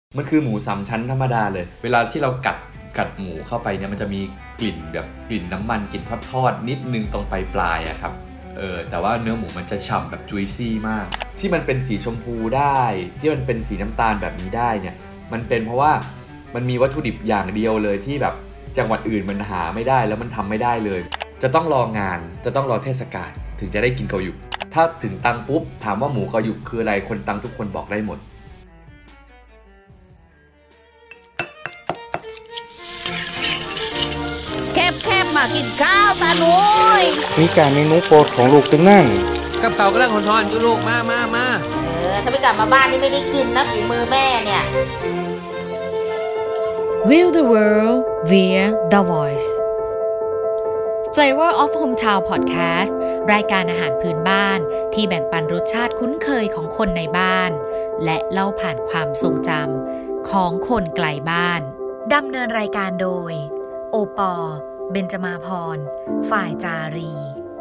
มันคือหมู3ชั้นธรรมดาเลยเวลาที่เรากัดหมูเข้าไปเนี่ยมันจะมีกลิ่นแบบกลิ่นน้ำมันกลิ่นทอดนิดนึงตรงปลายอะครับแต่ว่าเนื้อหมูมันจะฉ่ำแบบจุยซี่มากที่มันเป็นสีชมพูได้ที่มันเป็นสีน้ำตาลแบบนี้ได้เนี่ยมันเป็นเพราะว่ามันมีวัตถุดิบอย่างเดียวเลยที่แบบจังหวัดอื่นมันหาไม่ได้แล้วมันทำไม่ได้เลยจะต้องรองานจะต้องรอเทศกาลถึงจะได้กินเกาหยุกถ้าถึงตังปุ๊บถามว่าหมูเกาหยุกคืออะไรคนตังทุกคนบอกได้หมดแคบมากินข้าวตาหนุ่ยมีการเมนูโปรดของลูกตึงนั่งกับเขากำลังหอนๆอยู่ลูกมาถ้าไม่กลับมาบ้านนี่ไม่ได้กินนะฝีมือแม่เนี่ย View the world via the voice Flavor of Hometown Podcast รายการอาหารพื้นบ้านที่แบ่งปันรสชาติคุ้นเคยของคนในบ้านและเล่าผ่านความทรงจำของคนไกลบ้านดำเนินรายการโดยโอปอเบญจมาพรฝ่ายจารี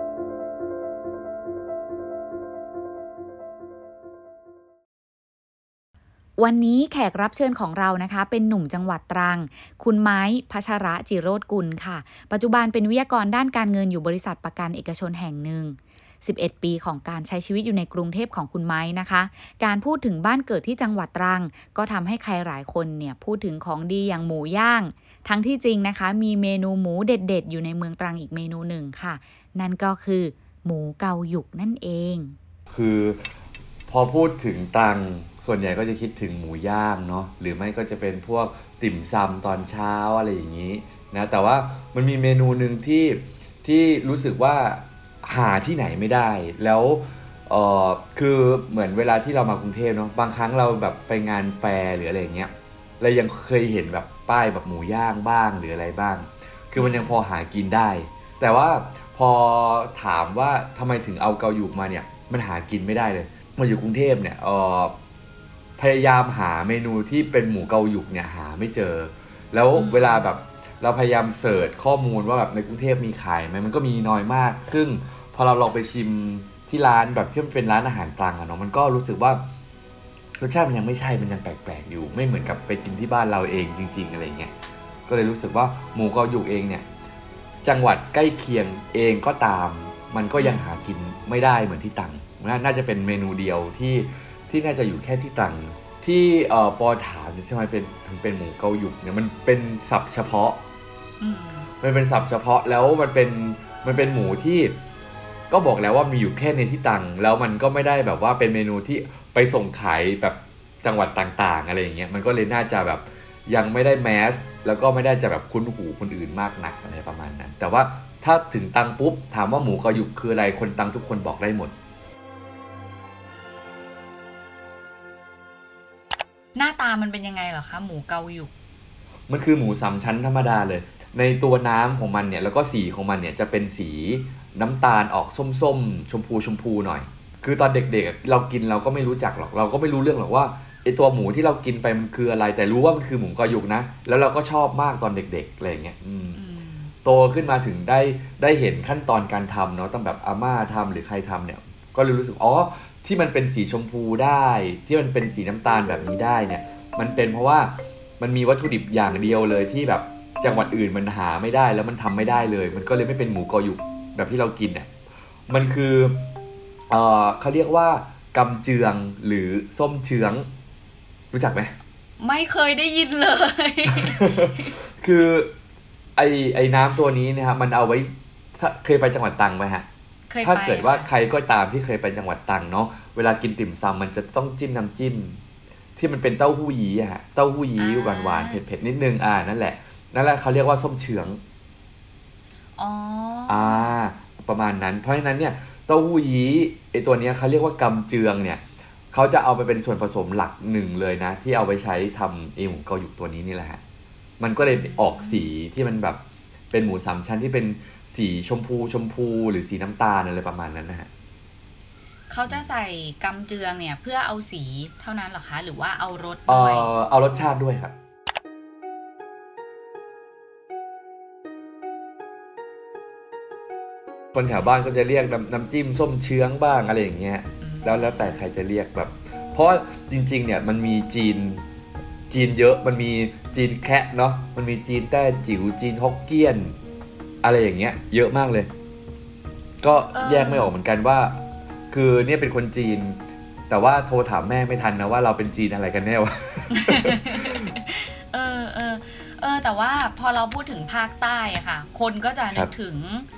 วันนี้แขกรับเชิญของเรานะคะเป็นหนุ่มจังหวัดตรังคุณไม้พัชระจิโรจน์กุลค่ะปัจจุบันเป็นวิทยากรด้านการเงินอยู่บริษัทประกันเอกชนแห่งหนึ่ง11 ปีของการใช้ชีวิตอยู่ในกรุงเทพของคุณไม้นะคะการพูดถึงบ้านเกิดที่จังหวัดตรังก็ทำให้ใครหลายคนเนี่ยพูดถึงของดีอย่างหมูย่างทั้งที่จริงนะคะมีเมนูหมูเด็ดๆอยู่ในเมืองตรังอีกเมนูหนึ่งค่ะนั่นก็คือหมูเกาหยุกนั่นเองคือพอพูดถึงตรังส่วนใหญ่ก็จะคิดถึงหมูย่างเนาะหรือไม่ก็จะเป็นพวกติ่มซำตอนเช้าอะไรอย่างนี้นะแต่ว่ามันมีเมนูนึงที่รู้สึกว่าหาที่ไหนไม่ได้แล้วคือเหมือนเวลาที่เรามากรุงเทพเนาะบางครั้งเราแบบไปงานแฟร์หรืออะไรอย่างเงี้ยเรายังเคยเห็นแบบป้ายแบบหมูย่างบ้างหรืออะไรบ้างคือมันยังพอหากินได้แต่ว่าพอถามว่าทำไมถึงเอาเกาหยุกมาเนี่ยมันหากินไม่ได้เลยมาอยู่กรุงเทพเนี่ยพยายามหาเมนูที่เป็นหมูเกาหยุกเนี่ยหาไม่เจอแล้วเวลาแบบเราพยายามเสิร์ชข้อมูลว่าแบบในกรุงเทพมีขายไหมมันก็มีน้อยมากซึ่งพอเราลองไปชิมที่ร้านแบบที่มันเป็นร้านอาหารตรังอะเนาะมันก็รู้สึกว่ารสชาติมันยังไม่ใช่มันยังแปลกๆอยู่ไม่เหมือนกับไปกินที่บ้านเราเองจริงๆอะไรเงี้ยก็เลยรู้สึกว่าหมูเกาหยุกเองเนี่ยจังหวัดใกล้เคียงเองก็ตามมันก็ยังหากินไม่ได้เหมือนที่ตรังน่าจะเป็นเมนูเดียวที่น่าจะอยู่แค่ที่ตรังที่ปอถามทำไมถึงเป็นหมูเกาหยุกเนี่ยมันเป็นศัพท์เฉพาะมันเป็นศัพท์เฉพาะแล้วมันเป็นหมูที่ก็บอกแล้วว่ามีอยู่แค่ในที่ตรังแล้วมันก็ไม่ได้แบบว่าเป็นเมนูที่ไปส่งขายแบบจังหวัดต่างๆอะไรอย่างเงี้ยมันก็เลยน่าจะแบบยังไม่ได้แมสแล้วก็ไม่ได้จะแบบคุ้นหูคนอื่นมากนักอะไรประมาณนั้นแต่ว่าถ้าถึงตรังปุ๊บถามว่าหมูเกาหยุกคืออะไรคนตรังทุกคนบอกได้หมดหน้าตามันเป็นยังไงเหรอคะหมูเกาหยุกมันคือหมู3ชั้นธรรมดาเลยในตัวน้ำของมันเนี่ยแล้วก็สีของมันเนี่ยจะเป็นสีน้ำตาลออกส้มๆชมพูหน่อยคือตอนเด็กๆเรากินเราก็ไม่รู้จักหรอกเราก็ไม่รู้เรื่องหรอกว่าไอตัวหมูที่เรากินไปมันคืออะไรแต่รู้ว่ามันคือหมูเกาหยุกนะแล้วเราก็ชอบมากตอนเด็กๆอะไรอย่างเงี้ยโตขึ้นมาถึงได้เห็นขั้นตอนการทำเนาะต้องแบบอาม่าทำหรือใครทำเนี่ยก็เลยรู้สึกอ๋อที่มันเป็นสีชมพูได้ที่มันเป็นสีน้ำตาลแบบนี้ได้เนี่ยมันเป็นเพราะว่ามันมีวัตถุดิบอย่างเดียวเลยที่แบบจังหวัดอื่นมันหาไม่ได้แล้วมันทำไม่ได้เลยมันก็เลยไม่เป็นหมูเกาหยุกแบบที่เรากินเนี่ยมันคือเขาเรียกว่ากำเจืองหรือส้มเชื้องรู้จักไหมไม่เคยได้ยินเลยคือไอ้น้ำตัวนี้นะครับมันเอาไว้เคยไปจังหวัดตรังไหมฮะถ้าเกิดว่าใครก็ตามที่เคยไปจังหวัดตรังเนาะเวลากินติ่มซำมันจะต้องจิ้มน้ำจิ้มที่มันเป็นเต้าหู้ยี้อะฮะเต้าหู้ยี้หวานๆเผ็ดๆนิดนึงนั่นแหละเขาเรียกว่าส้มเชื้องประมาณนั้นเพราะฉะนั้นเนี่ยเต้าหู้ยี้ไอตัวเนี้ยเขาเรียกว่ากำเจืองเนี่ยเขาจะเอาไปเป็นส่วนผสมหลักหนึ่งเลยนะที่เอาไปใช้ทำหมูเกาหยุกตัวนี้นี่แหละฮะมันก็เลยออกสีที่มันแบบเป็นหมู3ชั้นที่เป็นสีชมพูหรือสีน้ำตาลอะไรประมาณนั้นนะฮะเขาจะใส่กำเจืองเนี่ยเพื่อเอาสีเท่านั้นเหรอคะหรือว่าเอารสด้วยเอารสชาติด้วยครับคนแถวบ้านก็จะเรียกน้ำจิ้มส้มเชื้องบ้างอะไรอย่างเงี้ยแล้วแต่ใครจะเรียกแบบเพราะจริงๆเนี่ยมันมีจีนจีนเยอะมันมีจีนแคะเนาะมันมีจีนแต้จิ๋วจีนฮกเกี้ยนอะไรอย่างเงี้ยเยอะมากเลยก็แยกไม่ออกเหมือนกันว่าคือเนี่ยเป็นคนจีนแต่ว่าโทรถามแม่ไม่ทันนะว่าเราเป็นจีนอะไรกันแน่วะแต่ว่าพอเราพูดถึงภาคใต้อะค่ะคนก็จะนึกถึง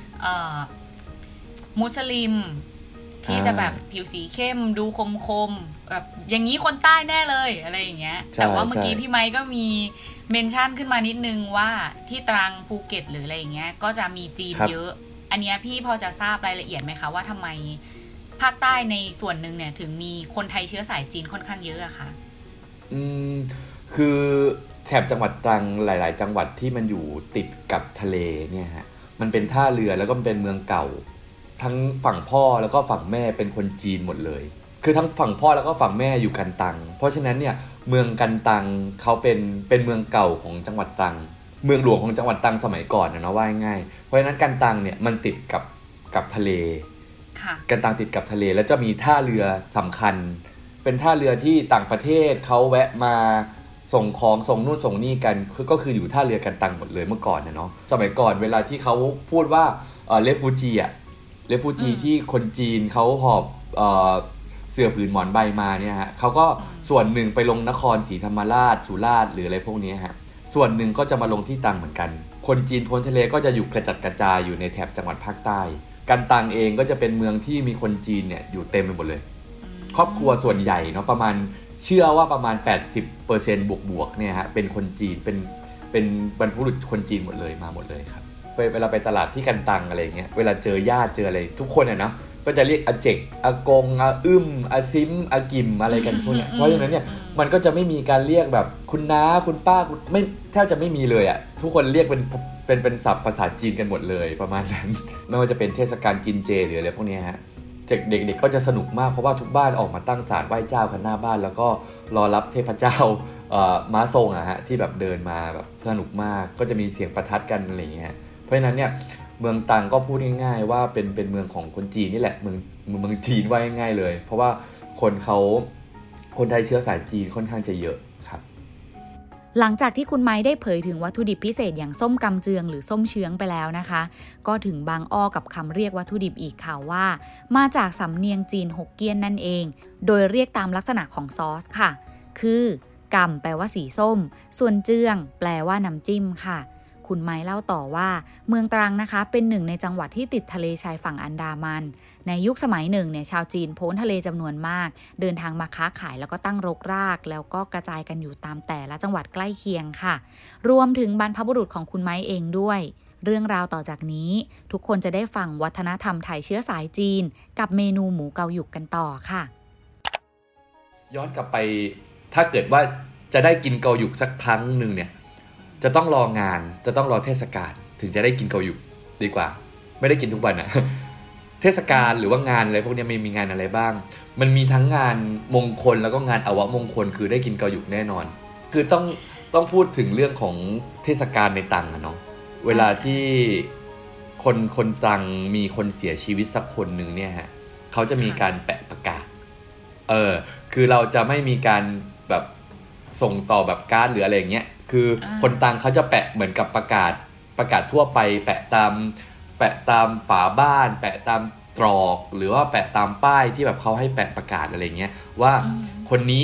มุสลิมที่จะแบบผิวสีเข้มดูคมแบบอย่างนี้คนใต้แน่เลยอะไรอย่างเงี้ยแต่ว่าเมื่อกี้พี่ไมค์ก็มีเมนชั่นขึ้นมานิดนึงว่าที่ตรังภูเก็ตหรืออะไรอย่างเงี้ยก็จะมีจีนเยอะอันเนี้ยพี่พอจะทราบรายละเอียดไหมคะว่าทำไมภาคใต้ในส่วนหนึ่งเนี่ยถึงมีคนไทยเชื้อสายจีนค่อนข้างเยอะอะค่ะคือแถบจังหวัดตรังหลายๆจังหวัดที่มันอยู่ติดกับทะเลเนี่ยฮะมันเป็นท่าเรือแล้วก็มันเป็นเมืองเก่าทั้งฝั่งพ่อแล้วก็ฝั่งแม่เป็นคนจีนหมดเลยคือทั้งฝั่งพ่อแล้วก็ฝั่งแม่อยู่กันตังเพราะฉะนั้นเนี่ยเมืองกันตังเขาเป็นเมืองเก่าของจังหวัดตรังเมืองหลวงของจังหวัดตรังสมัยก่อนนะว่าง่ายเพราะฉะนั้นกันตังเนี่ยมันติดกับทะเลกันตังติดกับทะเลแล้วจะมีท่าเรือสำคัญเป็นท่าเรือที่ต่างประเทศเขาแวะมาส่งของส่งนู่นส่งนี่กันก็คืออยู่ท่าเรือกันตังหมดเลยเมื่อก่อนนะเนาะสมัยก่อนเวลาที่เขาพูดว่าเรฟูจีที่คนจีนเขาหอบเสื่อผืนหมอนใบมาเนี่ยฮะเขาก็ส่วนหนึ่งไปลงนครศรีธรรมราชสุราษฎร์หรืออะไรพวกนี้ฮะส่วนหนึ่งก็จะมาลงที่ตรังเหมือนกันคนจีนพ้นทะเลก็จะอยู่กระจัดกระจายอยู่ในแถบจังหวัดภาคใต้กันตังเองก็จะเป็นเมืองที่มีคนจีนเนี่ยอยู่เต็มไปหมดเลยครอบครัวส่วนใหญ่เนาะประมาณเชื่อว่าประมาณ 80% บวกเนี่ยฮะเป็นคนจีนเป็นบรรพบุรุษคนจีนหมดเลยมาหมดเลยครับเวลาไปตลาดที่กันตังอะไรเงี้ยเวลาเจอญาติเจออะไรทุกคนเนาะก็จะเรียกอาเจกอากงอาอาซิมอากิมอะไรกันพวกนี้เพราะฉะนั้นเนี่ยมันก็จะไม่มีการเรียกแบบคุณน้าคุณป้าไม่แทบจะไม่มีเลยอ่ะทุกคนเรียกเป็นศัพท์ภาษาจีนกันหมดเลยประมาณนั้นไม่ว่าจะเป็นเทศกาลกินเจหรืออะไรพวกนี้ฮะเด็กๆก็จะสนุกมากเพราะว่าทุกบ้านออกมาตั้งศาลไหว้เจ้ากันหน้าบ้านแล้วก็รอรับเทพเจ้าม้าทรงอะฮะที่แบบเดินมาแบบสนุกมากก็จะมีเสียงประทัดกันอะไรอย่างเงี้ยเพราะฉะนั้นเนี่ยเมืองตรังก็พูดง่ายๆว่าเป็นเมืองของคนจีนนี่แหละเมืองจีนว่าง่ายๆเลยเพราะว่าคนไทยเชื้อสายจีนค่อนข้างจะเยอะครับหลังจากที่คุณไม้ได้เผยถึงวัตถุดิบพิเศษอย่างส้มกำเจืองหรือส้มเชื้องไปแล้วนะคะก็ถึงบางอ้อกับคำเรียกวัตถุดิบอีกค่ะว่ามาจากสำเนียงจีนฮกเกี้ยนนั่นเองโดยเรียกตามลักษณะของซอสค่ะคือกำแปลว่าสีส้มส่วนเจืองแปลว่าน้ำจิ้มค่ะคุณไม้เล่าต่อว่าเมืองตรังนะคะเป็นหนึ่งในจังหวัดที่ติดทะเลชายฝั่งอันดามันในยุคสมัยหนึ่งเนี่ยชาวจีนพ้นทะเลจำนวนมากเดินทางมาค้าขายแล้วก็ตั้งรกรากแล้วก็กระจายกันอยู่ตามแต่ละจังหวัดใกล้เคียงค่ะรวมถึงบรรพบุรุษของคุณไม้เองด้วยเรื่องราวต่อจากนี้ทุกคนจะได้ฟังวัฒนธรรมไทยเชื้อสายจีนกับเมนูหมูเกาหยุกกันต่อค่ะย้อนกลับไปถ้าเกิดว่าจะได้กินเกาหยุกสักครั้งนึงเนี่ยจะต้องรองานจะต้องรอเทศกาลถึงจะได้กินเกาหยุกดีกว่าไม่ได้กินทุกวันนะ เทศกาลหรือว่างานอะไรพวกนี้มีงานอะไรบ้างมันมีทั้งงานมงคลแล้วก็งานอวมงคลคือได้กินเกาหยุกแน่นอนคือต้องพูดถึงเรื่องของเทศกาลในตรังเนาะเวลาที่คนตรังมีคนเสียชีวิตสักคนนึงเนี่ยฮะเขาจะมีการแปะประกาศคือเราจะไม่มีการแบบส่งต่อแบบการ์ดหรืออะไรอย่างเงี้ยคือคนตรังเขาจะแปะเหมือนกับประกาศทั่วไปแปะตามฝาบ้านแปะตามตรอกหรือว่าแปะตามป้ายที่แบบเขาให้แปะประกาศอะไรเงี้ยว่าคนนี้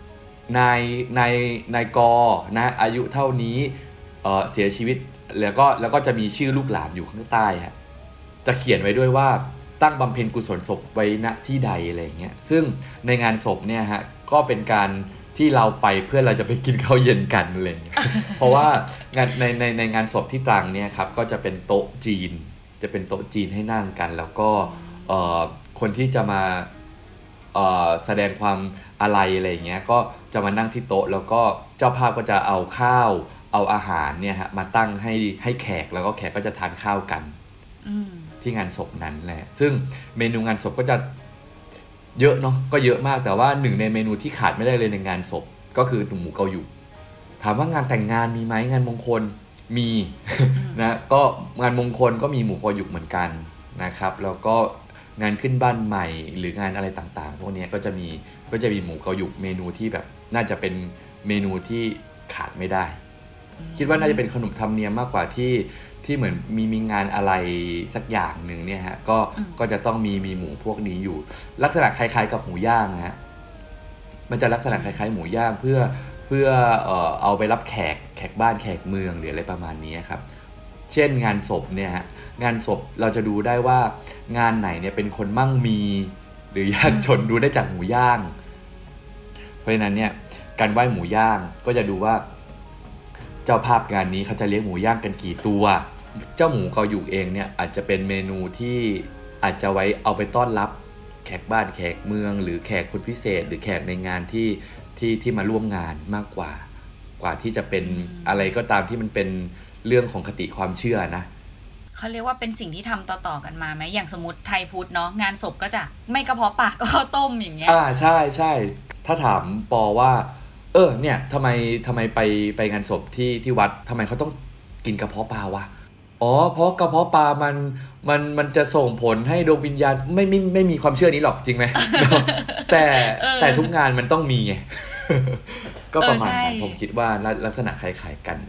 นายกนะอายุเท่านี้เสียชีวิตแล้วก็จะมีชื่อลูกหลานอยู่ข้างใต้ฮะจะเขียนไว้ด้วยว่าตั้งบำเพ็ญกุศลศพไว้ณที่ใดอะไรเงี้ยซึ่งในงานศพเนี่ยฮะก็เป็นการที่เราไปเพื่อเราจะไปกินข้าวเย็นกันอะไรเงี้ย เพราะว่างานในงานศพที่ตรังเนี่ยครับก็จะเป็นโต๊ะจีนจะเป็นโต๊ะจีนให้นั่งกันแล้วก็คนที่จะมาแสดงความอาลัยอะไรเงี้ยก็จะมานั่งที่โต๊ะแล้วก็เจ้าภาพก็จะเอาข้าวเอาอาหารเนี่ยฮะมาตั้งให้แขกแล้วก็แขกก็จะทานข้าวกันที่งานศพนั้นแหละซึ่งเมนูงานศพก็จะเยอะเนาะก็เยอะมากแต่ว่าหนึ่งในเมนูที่ขาดไม่ได้เลยในงานศพก็คือตุ่มหมูเกาหยุกถามว่างานแต่งงานมีไหมงานมงคลมี นะก็งานมงคลก็มีหมูเกาหยุกเหมือนกันนะครับแล้วก็งานขึ้นบ้านใหม่หรืองานอะไรต่างๆพวกนี้ก็จะมีหมูเกาหยุกเมนูที่แบบน่าจะเป็นเมนูที่ขาดไม่ได้คิดว่าน่าจะเป็นขนบธรรมเนียมมากกว่าที่เหมือนมีงานอะไรสักอย่างหนึ่งเนี่ยฮะก็จะต้องมีหมูพวกนี้อยู่ลักษณะคล้ายๆกับหมูย่างนะฮะมันจะลักษณะคล้ายๆหมูย่างเพื่อเอาไปรับแขกบ้านแขกเมืองหรืออะไรประมาณนี้ครับเช่นงานศพเนี่ยฮะงานศพเราจะดูได้ว่างานไหนเนี่ยเป็นคนมั่งมีหรือยากจนดูได้จากหมูย่างเพราะฉะนั้นเนี่ยการไหว้หมูย่างก็จะดูว่าเจ้าภาพงานนี้เขาจะเลี้ยงหมูย่างกันกี่ตัวเจ้าหมูเกาอยู่เองเนี่ยอาจจะเป็นเมนูที่อาจจะไว้เอาไปต้อนรับแขกบ้านแขกเมืองหรือแขกคนพิเศษหรือแขกในงานที่มาร่วมงานมากกว่าที่จะเป็นอะไรก็ตามที่มันเป็นเรื่องของคติความเชื่อนะเขาเรียกว่าเป็นสิ่งที่ทำต่อๆกันมาไหมอย่างสมมติไทยพุทธเนาะงานศพก็จะไม่กระเพาะปลาก็ข้าวต้มอย่างเงี้ยใช่ถ้าถามปอว่าเนี่ยทำไมไปงานศพที่วัดทำไมเขาต้องกินกระเพาะปลาวะเพราะกระเพาะปลามันจะส่งผลให้ดวงวิญญาณไม่มีความเชื่อนี้หรอกจริงไหม แต่ทุกงานมันต้องมีไง ก็ประมาณนั้นผมคิดว่าลักษณะคล้ายๆกัน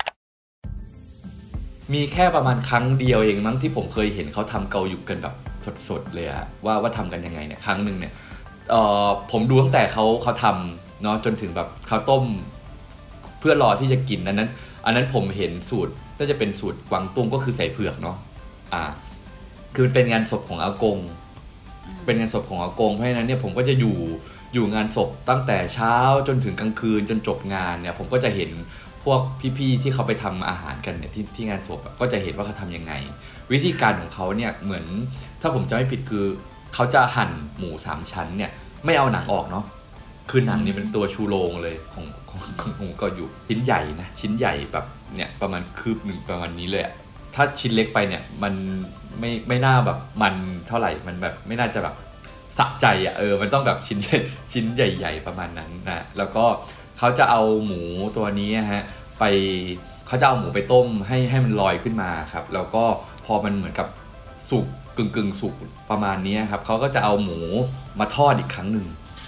มีแค่ประมาณครั้งเดียวเองมั้งที่ผมเคยเห็นเขาทำเกาหยุกกันแบบสดๆเลยอะว่าทำกันยังไงเนี่ยครั้งนึงเนี่ยผมดูตั้งแต่เขาทำเนาะจนถึงแบบข้าวต้มเพื่อรอที่จะกินอันนั้นผมเห็นสูตรน่าจะเป็นสูตรกวางตุ้งก็คือใส่เผือกเนาะคือเป็นงานศพของอากงเป็นงานศพของอากงเพราะฉะนั้นเนี่ยผมก็จะอยู่งานศพตั้งแต่เช้าจนถึงกลางคืนจนจบงานเนี่ยผมก็จะเห็นพวกพี่ๆที่เขาไปทำอาหารกันเนี่ยที่งานศพก็จะเห็นว่าเขาทำยังไงวิธีการของเขาเนี่ยเหมือนถ้าผมจำไม่ผิดคือเขาจะหั่นหมู3ชั้นเนี่ยไม่เอาหนังออกเนาะคือหนังนี่เป็นตัวชูโรงเลยของหมูก็อยู่ชิ้นใหญ่นะชิ้นใหญ่แบบเนี่ยประมาณคืบหนึ่งประมาณนี้เลยถ้าชิ้นเล็กไปเนี่ยมันไม่น่าแบบมันเท่าไหร่มันแบบไม่น่าจะแบบสะใจมันต้องแบบชิ้นใหญ่ๆประมาณนั้นนะแล้วก็เขาจะเอาหมูตัวนี้ฮะเขาจะเอาหมูไปต้มให้มันลอยขึ้นมาครับแล้วก็พอมันเหมือนกับสุกกึ่งสุกประมาณนี้ครับเขาก็จะเอาหมูมาทอดอีกครั้งหนึ่ง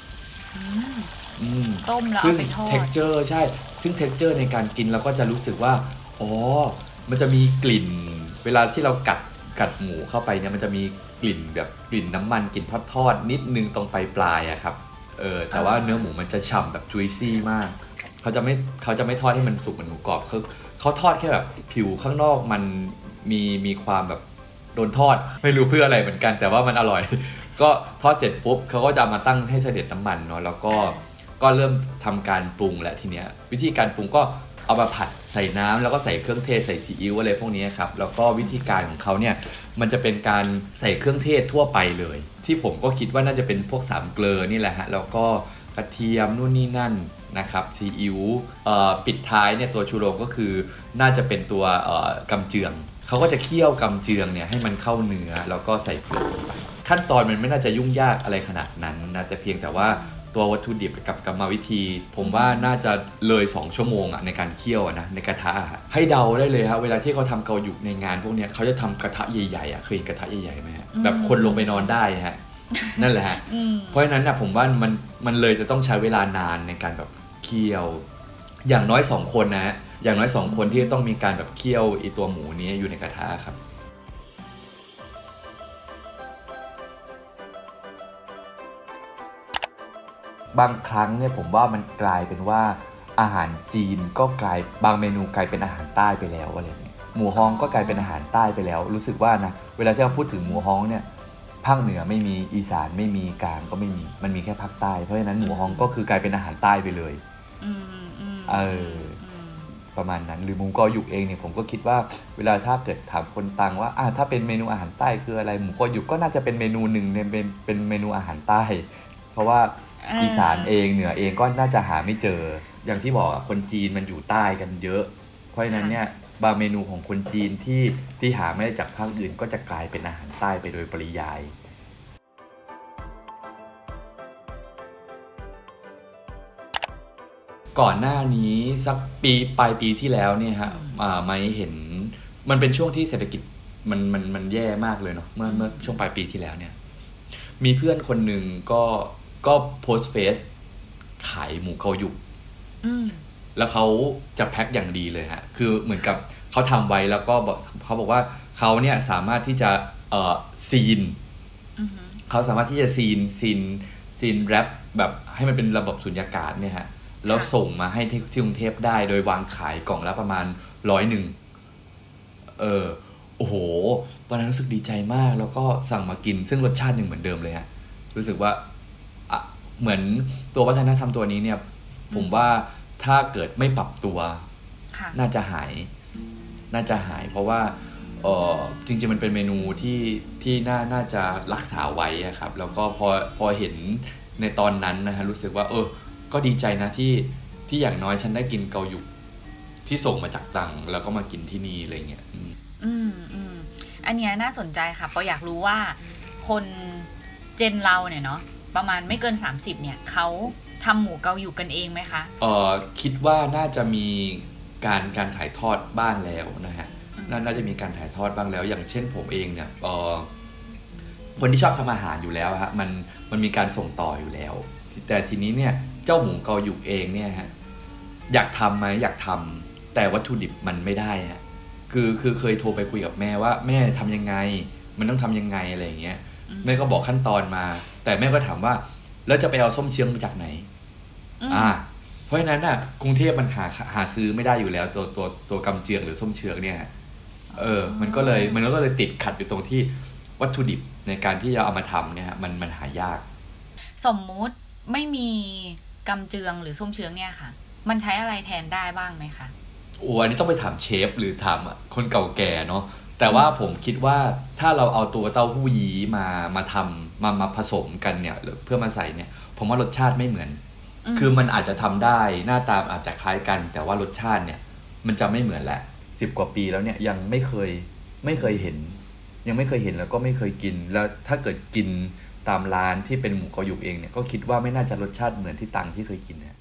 ต้มแล้วซึ่งเอาไปทอด texture ใช่ซึ่ง texture ในการกินเราก็จะรู้สึกว่ามันจะมีกลิ่นเวลาที่เรากัดหมูเข้าไปเนี่ยมันจะมีกลิ่นแบบกลิ่นน้ำมันกลิ่นทอดนิดนึงตรงปลายอะครับแต่ว่าเนื้อหมูมันจะฉ่ำแบบ juicy มากเขาจะไม่ทอดให้มันสุกเหมือนหมูกรอบเขาทอดแค่แบบผิวข้างนอกมันมีความแบบโดนทอดไม่รู้เพื่ออะไรเหมือนกันแต่ว่ามันอร่อยก็ทอดเสร็จปุ๊บเขาก็จะมาตั้งให้เสด็จน้ำมันเนาะแล้วก็เริ่มทำการปรุงแล้วทีเนี้ยวิธีการปรุงก็เอามาผัดใส่น้ำแล้วก็ใส่เครื่องเทศใส่ซีอิ๊วอะไรพวกนี้ครับแล้วก็วิธีการของเขาเนี่ยมันจะเป็นการใส่เครื่องเทศทั่วไปเลยที่ผมก็คิดว่าน่าจะเป็นพวก3เกลือนี่แหละฮะแล้วก็กระเทียมนู่นนี่นั่นนะครับซีอิ๊วปิดท้ายเนี่ยตัวชูโรงก็คือน่าจะเป็นตัวกำเจืองเขาก็จะเคี่ยวกำเจืองเนี่ยให้มันเข้าเนื้อแล้วก็ใส่เผือกขั้นตอนมันไม่น่าจะยุ่งยากอะไรขนาดนั้นนะแต่เพียงแต่ว่าตัววัตถุดิบกับกรรมวิธีผมว่าน่าจะเลย2ชั่วโมงในการเคี่ยวนะในกระทะให้เดาได้เลยครับเวลาที่เขาทำเกาหยุกในงานพวกนี้เขาจะทำกระทะใหญ่ๆเคยเห็นกระทะใหญ่ๆไหมฮะแบบคนลงไปนอนได้ฮะนั่นแหละฮะเพราะฉะนั้นนะผมว่ามันเลยจะต้องใช้เวลานานในการแบบเคี่ยวอย่างน้อย2คนนะฮะอย่างน้อย2คนที่ต้องมีการแบบเคี่ยวไอตัวหมูนี้อยู่ในกระทะครับบางครั้งเนี่ยผมว่ามันกลายเป็นว่าอาหารจีนก็บางเมนูกลายเป็นอาหารใต้ไปแล้วอะไรเงี้ยหมูฮ้องก็กลายเป็นอาหารใต้ไปแล้วรู้สึกว่านะเวลาที่เราพูดถึงหมูฮ้องเนี่ยภาคเหนือไม่มีอีสานไม่มีกลางก็ไม่มีมันมีแค่ภาคใต้เพราะฉะนั้นหมูฮ้องก็คือกลายเป็นอาหารใต้ไปเลยประมาณนั้นหรือหมูกอหยุกเองเนี่ยผมก็คิดว่าเวลาถ้าเกิดถามคนตังว่าถ้าเป็นเมนูอาหารใต้คืออะไรหมูกอหยุกก็น่าจะเป็นเมนูหนึ่งเป็นเมนูอาหารใต้เพราะว่าอีสานเองเหนือเองก็น่าจะหาไม่เจออย่างที่บอกคนจีนมันอยู่ใต้กันเยอะเพราะฉะนั้นเนี่ยบางเมนูของคนจีนที่หาไม่ได้จากภาคอื่นก็จะกลายเป็นอาหารใต้ไปโดยปริยายก่อนหน้านี้สักปลายปีที่แล้วเนี่ยฮะไม่เห็นมันเป็นช่วงที่เศรษฐกิจมันแย่มากเลยเนาะเมื่อช่วงปลายปีที่แล้วเนี่ยมีเพื่อนคนหนึ่งก็โพสต์เฟซขายหมูเกาหยุกแล้วเขาจะแพ็คอย่างดีเลยฮะคือเหมือนกับเขาทำไว้แล้วก็เขาบอกว่าเขาเนี่ยสามารถที่จะซีนเขาสามารถที่จะซีนแรปแบบให้มันเป็นระบบสุญญากาศเนี่ยฮะแล้วส่งมาให้ที่กรุงเทพได้โดยวางขายกล่องละประมาณ100โอ้โหตอนนั้นรู้สึกดีใจมากแล้วก็สั่งมากินซึ่งรสชาติหนึ่งเหมือนเดิมเลยฮะรู้สึกว่าเหมือนตัววัฒนธรรมตัวนี้เนี่ยผมว่าถ้าเกิดไม่ปรับตัวน่าจะหายเพราะว่าจริงๆมันเป็นเมนูที่น่าจะรักษาไว้ครับแล้วก็พอเห็นในตอนนั้นนะฮะรู้สึกว่าก็ดีใจนะที่อย่างน้อยฉันได้กินเกาหยุกที่ส่งมาจากตรังแล้วก็มากินที่นี่อะไรเงี้ยอันนี้น่าสนใจค่ะเพราะอยากรู้ว่าคนเจนเราเนี่ยเนาะประมาณไม่เกิน30เนี่ยเขาทำหมูเกาหยุกกันเองไหมคะคิดว่าน่าจะมีการถ่ายทอดบ้างแล้วนะฮะน่าจะมีการถ่ายทอดบ้างแล้วอย่างเช่นผมเองเนี่ยคนที่ชอบทำอาหารอยู่แล้วฮะมันมีการส่งต่ออยู่แล้วแต่ทีนี้เนี่ยเจ้าหมูเกาหยุกเองเนี่ยฮะอยากทำไหมอยากทำแต่วัตถุดิบมันไม่ได้ฮะคือเคยโทรไปคุยกับแม่ว่าแม่ทำยังไงมันต้องทำยังไงอะไรอย่างเงี้ยแม่ก็บอกขั้นตอนมาแต่แม่ก็ถามว่าแล้วจะไปเอาส้มเชื้องมาจากไหนเพราะฉะนั้นน่ะกรุงเทพมันหาซื้อไม่ได้อยู่แล้วตัวกำเจืองหรือส้มเชื้องเนี่ยมันก็เลยติดขัดอยู่ตรงที่วัตถุดิบในการที่จะเอามาทำเนี่ยมันหายากสมมุติไม่มีกำเจืองหรือส้มเชื้องเนี่ยค่ะมันใช้อะไรแทนได้บ้างไหมคะอันนี้ต้องไปถามเชฟหรือถามคนเก่าแก่เนาะแต่ว่าผมคิดว่าถ้าเราเอาตัวเต้าหู้ยี้มาทำมาผสมกันเนี่ยเพื่อมาใส่เนี่ยผมว่ารสชาติไม่เหมือนคือมันอาจจะทำได้หน้าตาอาจจะคล้ายกันแต่ว่ารสชาติเนี่ยมันจะไม่เหมือนแหละ10 กว่าปีแล้วเนี่ยยังไม่เคยเห็นแล้วก็ไม่เคยกินแล้วถ้าเกิดกินตามร้านที่เป็นหมูเกาหยุกเองเนี่ยก็คิดว่าไม่น่าจะรสชาติเหมือนที่ตังที่เคยกินนะ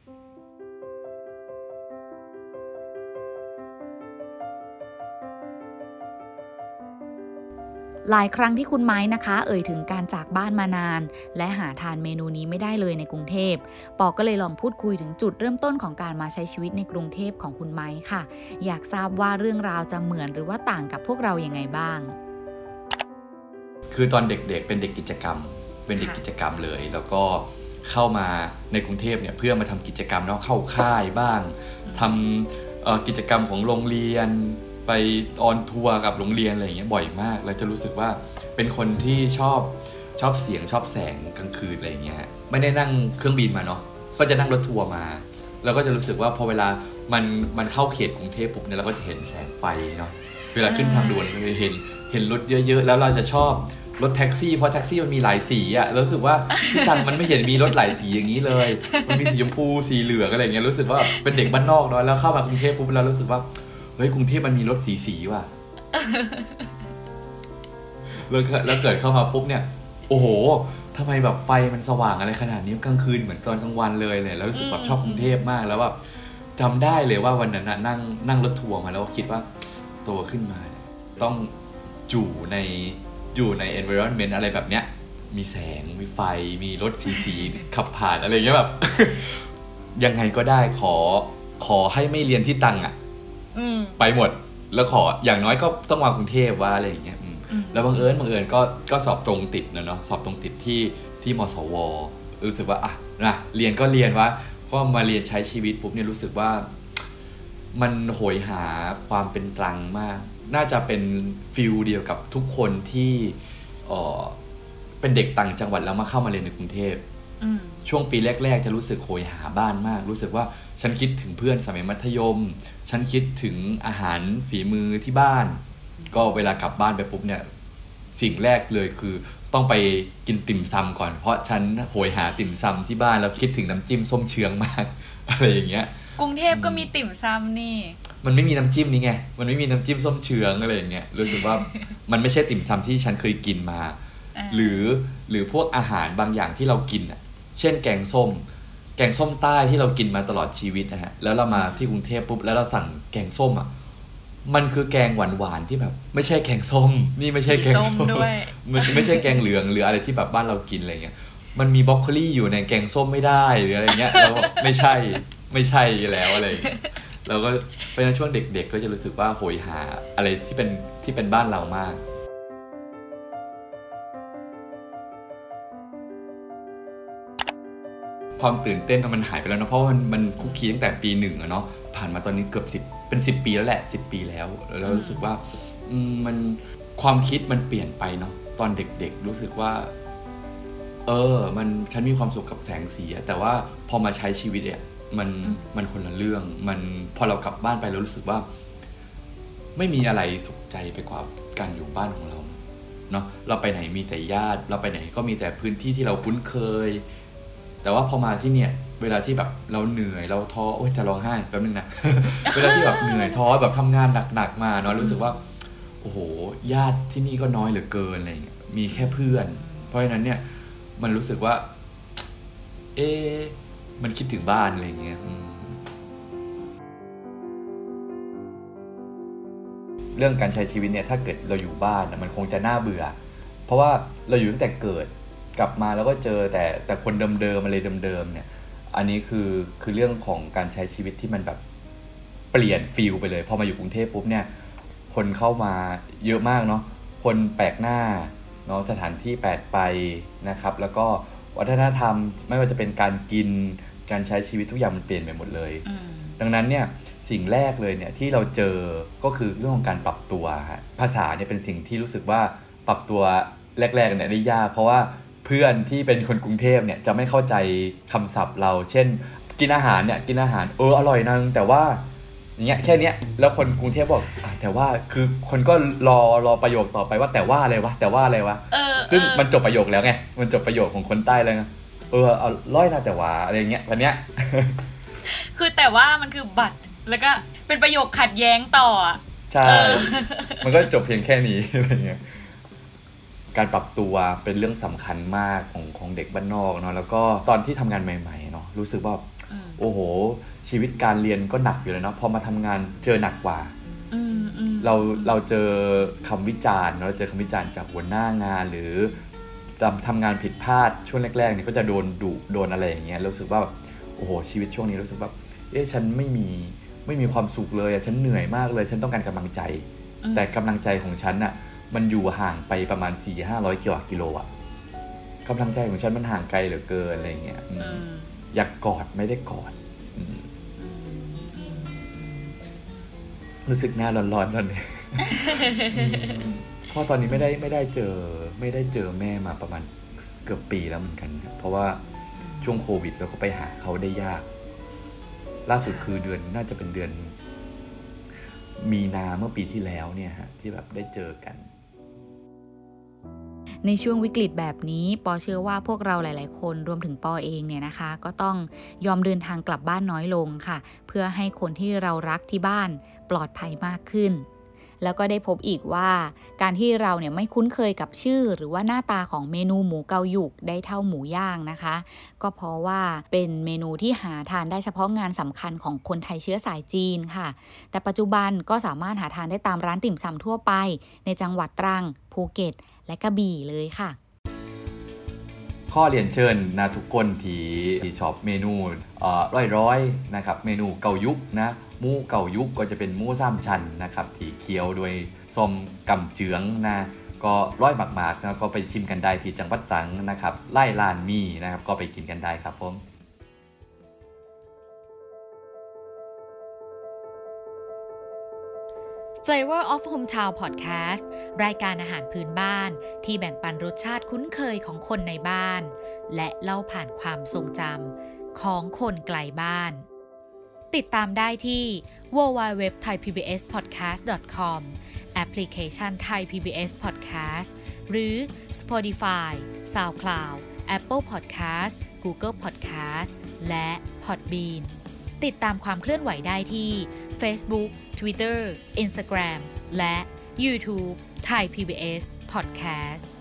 หลายครั้งที่คุณไม้นะคะเอ่ยถึงการจากบ้านมานานและหาทานเมนูนี้ไม่ได้เลยในกรุงเทพปอก็เลยลองพูดคุยถึงจุดเริ่มต้นของการมาใช้ชีวิตในกรุงเทพของคุณไม้ค่ะอยากทราบว่าเรื่องราวจะเหมือนหรือว่าต่างกับพวกเรายังไงบ้างคือตอนเด็กๆเป็นเด็กกิจกรรมเลยแล้วก็เข้ามาในกรุงเทพเนี่ยเพื่อมาทำกิจกรรมเนาะเข้าค่ายบ้างทำกิจกรรมของโรงเรียนไปออนทัวร์กับโรงเรียนอะไรอย่างเงี้ยบ่อยมากแล้วจะรู้สึกว่าเป็นคนที่ชอบเสียงชอบแสงกลางคืนอะไรอย่างเงี้ยไม่ได้นั่งเครื่องบินมาเนาะก็จะนั่งรถทัวร์มาแล้วก็จะรู้สึกว่าพอเวลามันเข้าเขตกรุงเทพปุ๊บเนี่ยเราก็จะเห็นแสงไฟเนาะเวลาขึ้นทางด่วนเราจะเห็นรถเยอะๆแล้วเราจะชอบรถแท็กซี่เพราะแท็กซี่มันมีหลายสีอ่ะรู้สึกว่าที่ตังมันไม่เห็นมีรถหลายสีอย่างนี้เลยมันมีสีชมพูสีเหลืองอะไรอย่างเงี้ยรู้สึกว่าเป็นเด็กบ้านนอกเนาะแล้วเข้ามากรุงเทพปุ๊บเรารู้สึกว่าเฮ้ยกรุงเทพมันมีรถสีว่ะแล้วเกิดเข้ามาปุ๊บเนี่ยโอ้โหทำไมแบบไฟมันสว่างอะไรขนาดนี้กลางคืนเหมือนตอนกลางวันเลยแล้วรู้สึกแบบชอบกรุงเทพมากแล้วแบบจำได้เลยว่าวันนั้นนั่งรถทัวร์มาแล้วคิดว่าโตขึ้นมาต้องอยู่ใน environment อะไรแบบเนี้ยมีแสงมีไฟมีรถสีขับผ่านอะไรเงี้ยแบบยังไงก็ได้ขอให้ไม่เรียนที่ตังอ่ะไปหมดแล้วขออย่างน้อยก็ต้องมากรุงเทพว่าอะไรอย่างเงี้ยแล้วบังเอิญก็สอบตรงติดเนาะสอบตรงติดที่มสวรู้สึกว่าอ่ะนะเรียนก็เรียนว่าก็มาเรียนใช้ชีวิตปุ๊บเนี่ยรู้สึกว่ามันโหยหาความเป็นตรังมากน่าจะเป็นฟิลเดียวกับทุกคนที่เป็นเด็กต่างจังหวัดแล้วมาเข้ามาเรียนในกรุงเทพช่วงปีแรกๆจะรู้สึกโหยหาบ้านมากรู้สึกว่าฉันคิดถึงเพื่อนสมัยมัธยมฉันคิดถึงอาหารฝีมือที่บ้านก็เวลากลับบ้านไปปุ๊บเนี่ยสิ่งแรกเลยคือต้องไปกินติ่มซำก่อนเพราะฉันโหยหาติ่มซำที่บ้านแล้วคิดถึงน้ำจิ้มส้มเชื้องมากอะไรอย่างเงี้ยกรุงเทพก็มีติ่มซำนี่มันไม่มีน้ำจิ้มนี่ไงมันไม่มีน้ำจิ้มส้มเชื้องอะไรอย่างเงี้ยรู้สึกว่ามันไม่ใช่ติ่มซำที่ฉันเคยกินมาหรือพวกอาหารบางอย่างที่เรากินอ่ะเช่นแกงส้มใต้ที่เรากินมาตลอดชีวิตนะฮะแล้วเรามาที่กรุงเทพปุ๊บแล้วเราสั่งแกงส้มอ่ะมันคือแกงหวานๆที่แบบไม่ใช่แกงส้มนี่ไม่ใช่แกงส้มมันไม่ใช่แกงเหลืองหรืออะไรที่แบบบ้านเรากินอะไรเงี้ยมันมีบรอกโคลีอยู่ในแกงส้มไม่ได้หรืออะไรเงี้ยเราไม่ใช่ไม่ใช่แล้วอะไรเราก็เป็นช่วงเด็กๆก็จะรู้สึกว่าโหยหาอะไรที่เป็นบ้านเรามากความตื่นเต้นมันหายไปแล้วเนาะเพราะว่ามันคุกคีตั้งแต่ปี1อะเนาะผ่านมาตอนนี้เกือบ10ปีแล้วแหละ10 ปีแล้วรู้สึกว่ามันความคิดมันเปลี่ยนไปเนาะตอนเด็กๆรู้สึกว่าฉันมีความสุขกับแสงสีแต่ว่าพอมาใช้ชีวิตเนี่ยมันคนละเรื่องมันพอเรากลับบ้านไปเรารู้สึกว่าไม่มีอะไรสุขใจไปกว่าการอยู่บ้านของเราเนาะเราไปไหนมีแต่ญาติเราไปไหนก็มีแต่พื้นที่ที่เราคุ้นเคยแต่ว่าพอมาที่เนี่ยเวลาที่แบบเราเหนื่อยเราท้อโอ๊ยจะร้องไห้แป๊บนึงนะ เวลาที่แบบเหนื่อยท้อแบบทำงานหนักๆมาเนาะรู้สึกว่าโอ้โหญาติที่นี่ก็น้อยเหลือเกินอะไรอย่างเงี้ยมีแค่เพื่อนเพราะฉะนั้นเนี่ยมันรู้สึกว่ามันคิดถึงบ้านอะไรอย่างเงี้ยเรื่องการใช้ชีวิตเนี่ยถ้าเกิดเราอยู่บ้านมันคงจะน่าเบื่อเพราะว่าเราอยู่ตั้งแต่เกิดกลับมาแล้วก็เจอแต่คนเดิมๆอะไรเดิมๆเนี่ยอันนี้คือเรื่องของการใช้ชีวิตที่มันแบบเปลี่ยนฟีลไปเลยพอมาอยู่กรุงเทพปุ๊บเนี่ยคนเข้ามาเยอะมากเนาะคนแปลกหน้าเนาะสถานที่แปลกไปนะครับแล้วก็วัฒนธรรมไม่ว่าจะเป็นการกินการใช้ชีวิตทุกอย่างมันเปลี่ยนไปหมดเลยดังนั้นเนี่ยสิ่งแรกเลยเนี่ยที่เราเจอก็คือเรื่องของการปรับตัวภาษาเนี่ยเป็นสิ่งที่รู้สึกว่าปรับตัวแรกๆเนี่ยได้ยากเพราะว่าเพื่อนที่เป็นคนกรุงเทพเนี่ยจะไม่เข้าใจคำศัพท์เราเช่นกินอาหารอร่อยนะแต่ว่าอย่างเงี้ยแค่เนี้ยแล้วคนกรุงเทพบอกแต่ว่าคือคนก็รอประโยคต่อไปว่าแต่ว่าอะไรวะซึ่งมันจบประโยคแล้วไงมันจบประโยคของคนใต้แล้วไงอร่อยนะแต่ว่าอะไรเงี้ยวันเนี้ยคือแต่ว่ามันคือบัตรแล้วก็เป็นประโยคขัดแย้งต่อใช่มันก็จบเพียงแค่นี้อะไรเงี้ยการปรับตัวเป็นเรื่องสำคัญมากของเด็กบ้านนอกเนาะแล้วก็ตอนที่ทำงานใหม่ๆเนาะรู้สึกว่าโอ้โหชีวิตการเรียนก็หนักอยู่เลยเนาะพอมาทำงานเจอหนักกว่าเราเจอคำวิจารณ์เราเจอคำวิจารณ์จากหัวหน้างานหรือทำงานผิดพลาดช่วงแรกๆเนี่ยก็จะโดนดุโดนอะไรอย่างเงี้ยรู้สึกว่าโอ้โหชีวิตช่วงนี้รู้สึกว่าฉันไม่มีความสุขเลยฉันเหนื่อยมากเลยฉันต้องการกำลังใจแต่กำลังใจของฉันน่ะมันอยู่ห่างไปประมาณ 4-500 กิโลอ่ะกำลังใจของฉันมันห่างไกลเหลือเกินอะไรเงี้ยอยากกอดไม่ได้กอดรู้สึกหน้าร้อนๆตอนนี้ เพราะตอนนี้ไม่ได้เจอแม่มาประมาณเกือบปีแล้วเหมือนกันครับเพราะว่าช่วงโควิดแล้วก็ไปหาเขาได้ยากล่าสุดคือน่าจะเป็นเดือนมีนาเมื่อปีที่แล้วเนี่ยฮะที่แบบได้เจอกันในช่วงวิกฤตแบบนี้ปอเชื่อว่าพวกเราหลายๆคนรวมถึงปอเองเนี่ยนะคะก็ต้องยอมเดินทางกลับบ้านน้อยลงค่ะเพื่อให้คนที่เรารักที่บ้านปลอดภัยมากขึ้นแล้วก็ได้พบอีกว่าการที่เราเนี่ยไม่คุ้นเคยกับชื่อหรือว่าหน้าตาของเมนูหมูเกาหยุกได้เท่าหมูย่างนะคะก็เพราะว่าเป็นเมนูที่หาทานได้เฉพาะงานสำคัญของคนไทยเชื้อสายจีนค่ะแต่ปัจจุบันก็สามารถหาทานได้ตามร้านติ่มซำทั่วไปในจังหวัดตรังภูเก็ตและกระบี่เลยค่ะข้อเรียนเชิญนะทุกคนที่ชอบเมนูร้อยนะครับเมนูเกายุกนะหมูเกายุกก็จะเป็นหมูสามชั้นนะครับที่เคี่ยวโดยส้มกำเจืองนะก็ร้อยมากๆนะก็ไปชิมกันได้ที่จังหวัดตรังนะครับไล่ลานมีนะครับก็ไปกินกันได้ครับผม Flavor of Hometown Podcast รายการอาหารพื้นบ้านที่แบ่งปันรสชาติคุ้นเคยของคนในบ้านและเล่าผ่านความทรงจำของคนไกลบ้านติดตามได้ที่ www.thaipbspodcast.com แอปพลิเคชัน Thai PBS Podcast หรือ Spotify, SoundCloud, Apple Podcast, Google Podcast และ Podbean ติดตามความเคลื่อนไหวได้ที่ Facebook, Twitter, Instagram และ YouTube Thai PBS Podcast